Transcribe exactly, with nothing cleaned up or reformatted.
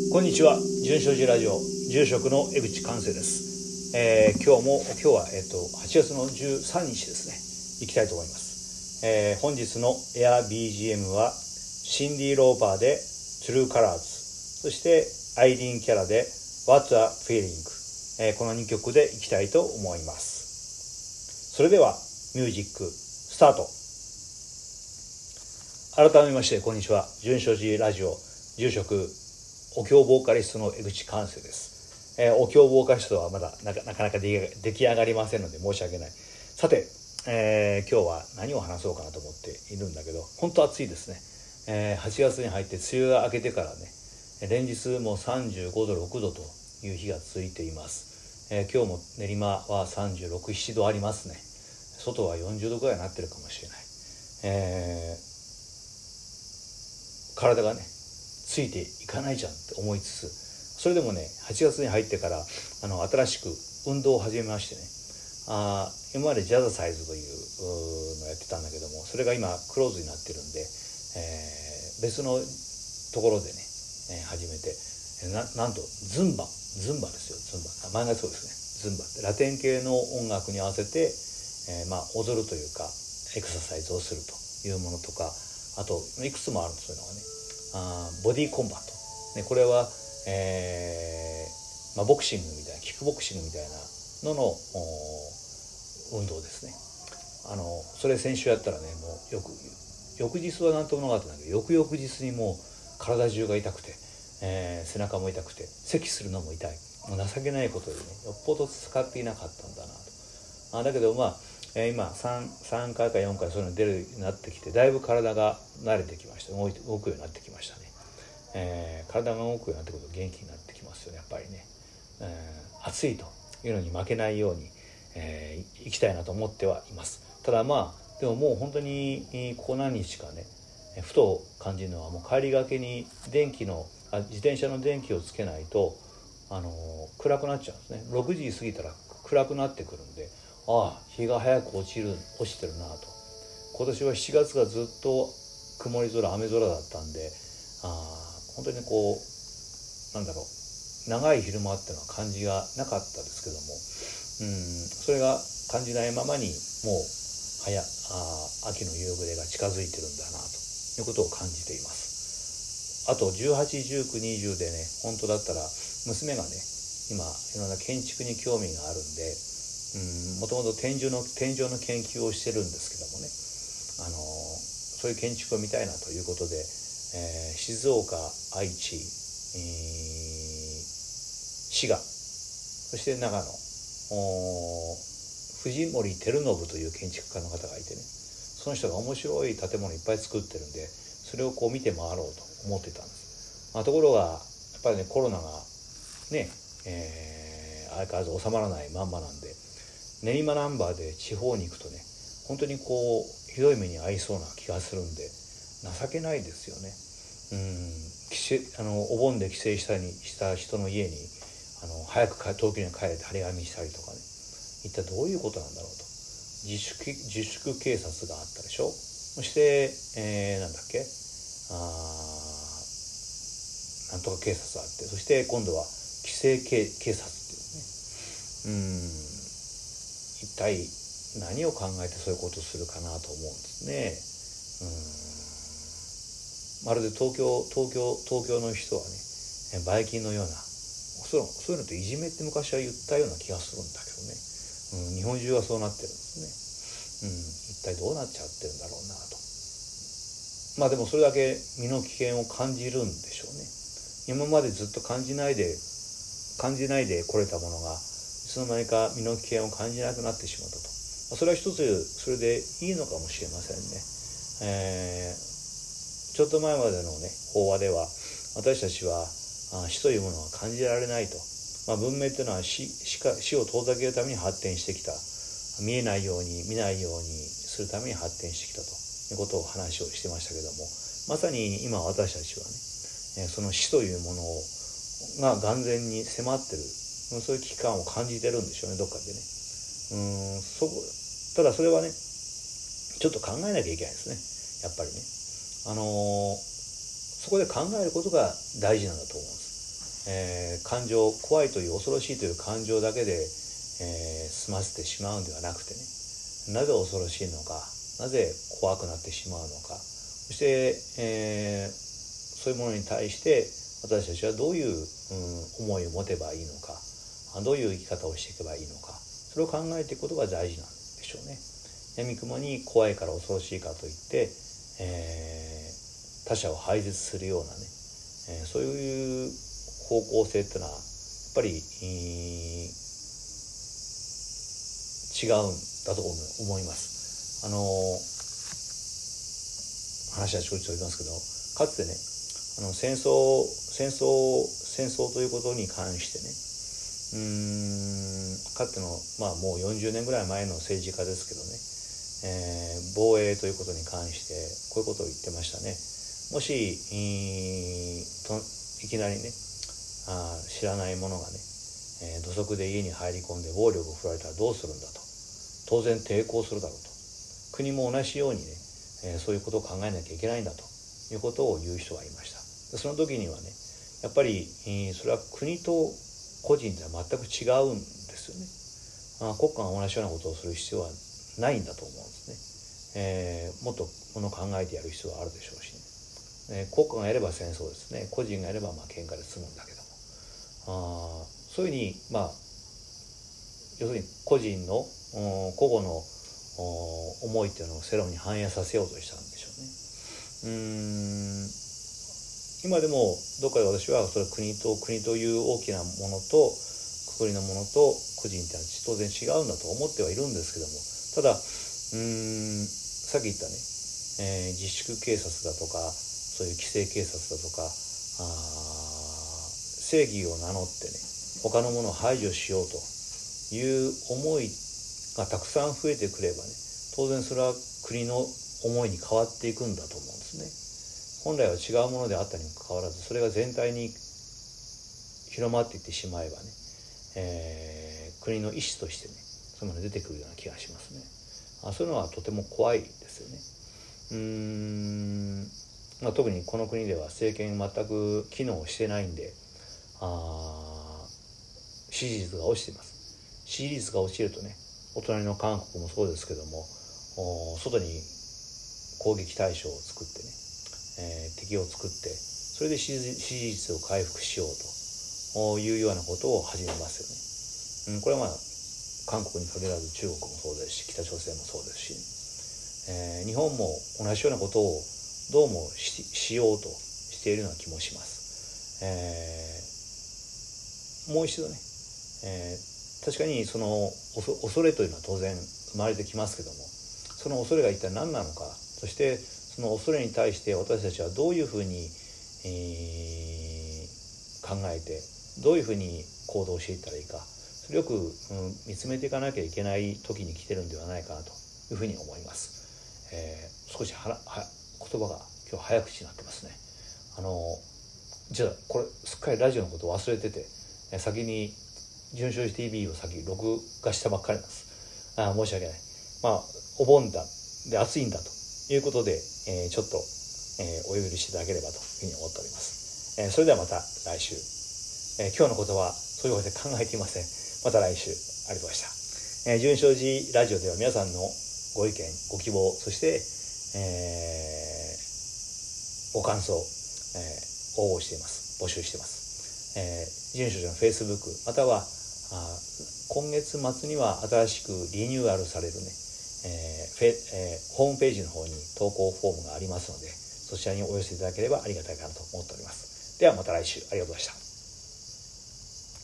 こんにちは、純正寺ラジオ住職の江口寛生です。えー、今日も今日は、えー、とはちがつのじゅうさんにちですね、行きたいと思います。えー、本日のエア ビージーエム はシンディ・ローパーで True Colors、 そしてアイリーン・キャラで What's a Feeling、えー、このにきょくで行きたいと思います。それではミュージックスタート。改めましてこんにちは、純正寺ラジオ住職お経ボーカリストの江口寛生です。えー、お経ボーカリストはまだなかなかなか出来上がりませんので申し訳ない。さて、えー、今日は何を話そうかなと思っているんだけど、本当暑いですね。えー、はちがつに入って梅雨が明けてからね、連日もうさんじゅうごどろくどという日が続いています。えー、今日も練馬はさんじゅうろく、ななどありますね。外はよんじゅうどくらいになってるかもしれない。えー、体がねついていかないじゃんって思いつつ、それでもねはちがつに入ってからあの新しく運動を始めましてね、あ今までジャズサイズというのをやってたんだけども、それが今クローズになってるんで、えー、別のところでね、えー、始めて な, なんとズンバズンバですよ。ズンバ名前がそうですね。ズンバってラテン系の音楽に合わせて、えー、まあ踊るというかエクササイズをするというものとか、あといくつもあるんです。そういうのがね、あボディコンバット、ね、これは、えーまあ、ボクシングみたいなキックボクシングみたいなのの運動ですね。あのそれ先週やったらね、もうよく翌日は何ともなかったんだけど、翌々日にもう体中が痛くて、えー、背中も痛くて咳するのも痛い。もう情けないことでね、よっぽど使っていなかったんだなと。あだけどまあ、えー、今 3, 3回かよんかいそういうの出るようになってきて、だいぶ体が慣れてきました。動, 動くようになってきましたね。えー、体が動くようになってくると元気になってきますよね、やっぱりね。えー、暑いというのに負けないように、えー、行きたいなと思ってはいます。ただまあでももう本当にここ何日かね、ふと感じるのは、もう帰りがけに電気のあ自転車の電気をつけないと、あのー、暗くなっちゃうんですね。ろくじ過ぎたら暗くなってくるんで、ああ日が早く落ちる落ちてるなと。今年はしちがつがずっと曇り空雨空だったんで、あ本当にこうなんだろう、長い昼間っていうのは感じがなかったですけども、うんそれが感じないままにもう早あ秋の夕暮れが近づいてるんだなということを感じています。あとじゅうはち、じゅうく、にじゅうでね、本当だったら娘がね今いろんな建築に興味があるんで、もともと天井の天井の研究をしてるんですけどもね、あのそういう建築を見たいなということで、えー、静岡、愛知、えー、滋賀、そして長野、藤森照信という建築家の方がいてね、その人が面白い建物いっぱい作ってるんで、それをこう見て回ろうと思ってたんです。まあ、ところがやっぱりねコロナがね、えー、相変わらず収まらないまんまなんで、練馬ナンバーで地方に行くとね、本当にこうひどい目に遭いそうな気がするんで、情けないですよね。うん帰省あのお盆で帰省したにした人の家にあの早く東京に帰れて張り紙したりとかね、一体どういうことなんだろうと。自粛自粛警察があったでしょ。そして、えー、なんだっけあなんとか警察があって、そして今度は規制警警察っていうね、うん一体何を考えてそういうことをするかなと思うんですね。うんまるで東京東京東京の人はねばい菌のような、そうそういうのっていじめって昔は言ったような気がするんだけどね、うん、日本中はそうなってるんですね。うん一体どうなっちゃってるんだろうなと。まあでもそれだけ身の危険を感じるんでしょうね。今までずっと感じないで感じないで来れたものがいつの間にか身の危険を感じなくなってしまったと。それは一つそれでいいのかもしれませんね。えー、ちょっと前までのね法話では、私たちは死というものは感じられないと、まあ、文明というのは 死, 死, か死を遠ざけるために発展してきた、見えないように見ないようにするために発展してきたということを話をしてましたけども、まさに今私たちはねその死というものが眼前に迫ってる、そういう危機感を感じてるんでしょうね、どっかでね。うーんそこただそれはねちょっと考えなきゃいけないですね、やっぱりね。あのー、そこで考えることが大事なんだと思うんです。 えー、感情、怖いという恐ろしいという感情だけで、えー、済ませてしまうんではなくてね、なぜ恐ろしいのか、なぜ怖くなってしまうのか、そして、えー、そういうものに対して私たちはどういう、うん、思いを持てばいいのか、どういう生き方をしていけばいいのか、それを考えていくことが大事なんでしょうね。闇雲に怖いから恐ろしいかといって、えー、他者を排絶するようなね、えー、そういう方向性っていうのはやっぱり、えー、違うんだと思います。あの話はちょいちょい言いますけど、かつてね、あの戦争戦争戦争ということに関してね、うーんかつての、まあ、もうよんじゅうねんぐらい前の政治家ですけどね、えー、防衛ということに関してこういうことを言ってましたね。もし、えー、といきなりね、あ知らない者がね、えー、土足で家に入り込んで暴力を振られたらどうするんだと、当然抵抗するだろうと、国も同じようにね、えー、そういうことを考えなきゃいけないんだということを言う人がいました。でその時にはね、やっぱり、えー、それは国と個人では全く違うんですよね。あ国家が同じようなことをする必要はないんだと思うんですね。えー、もっとものを考えてやる必要はあるでしょうしね、えー、国家がやれば戦争ですね、個人がやればまあ喧嘩で済むんだけども、あそういうふうに、まあ、要するに個人の個々の思いっていうのを世論に反映させようとしたんでしょうね。うーん今でもどっかで私はそれ国と国という大きなものとくくりのものと個人ってのは当然違うんだと思ってはいるんですけども、ただうーんさっき言ったね、えー、自粛警察だとかそういう規制警察だとかあ正義を名乗ってね、他のものを排除しようという思いがたくさん増えてくればね、当然それは国の思いに変わっていくんだと思うんですね。本来は違うものであったにもかかわらず、それが全体に広まっていってしまえばね、えー、国の意思としてね、そういうものが出てくるような気がしますね。あそういうのはとても怖いですよね。うーん、まあ、特にこの国では政権全く機能してないんで、あ支持率が落ちています。支持率が落ちるとね、お隣の韓国もそうですけども、外に攻撃対象を作ってね、えー、敵を作ってそれで支持率を回復しようというようなことを始めますよね。うん、これはまあ韓国に限らず中国もそうですし、北朝鮮もそうですし、えー、日本も同じようなことをどうも し, しようとしているような気もします。えー、もう一度ね、えー、確かにその恐れというのは当然生まれてきますけども、その恐れが一体何なのか、そしてその恐れに対して私たちはどういうふうに、えー、考えてどういうふうに行動していったらいいか、それをよく、うん、見つめていかなきゃいけない時に来てるんではないかなというふうに思います。えー、少しはは言葉が今日早口になってますね。あのじゃあこれすっかりラジオのことを忘れてて、先に純正寺 ティーブイ を先録画したばっかりなんです。あ申し訳ない。まあお盆だで暑いんだということで、えー、ちょっと、えー、お許しいただければというふうに思っております。えー、それではまた来週、えー、今日のことはそういうわけで考えていません。また来週ありがとうございました。えー、純正寺ラジオでは皆さんのご意見ご希望、そして、えー、ご感想、えー、応募しています。募集しています。えー、純正寺の Facebook またはあ今月末には新しくリニューアルされるね、えーフェえー、ホームページの方に投稿フォームがありますので、そちらにお寄せいただければありがたいかなと思っております。ではまた来週ありがとうございました。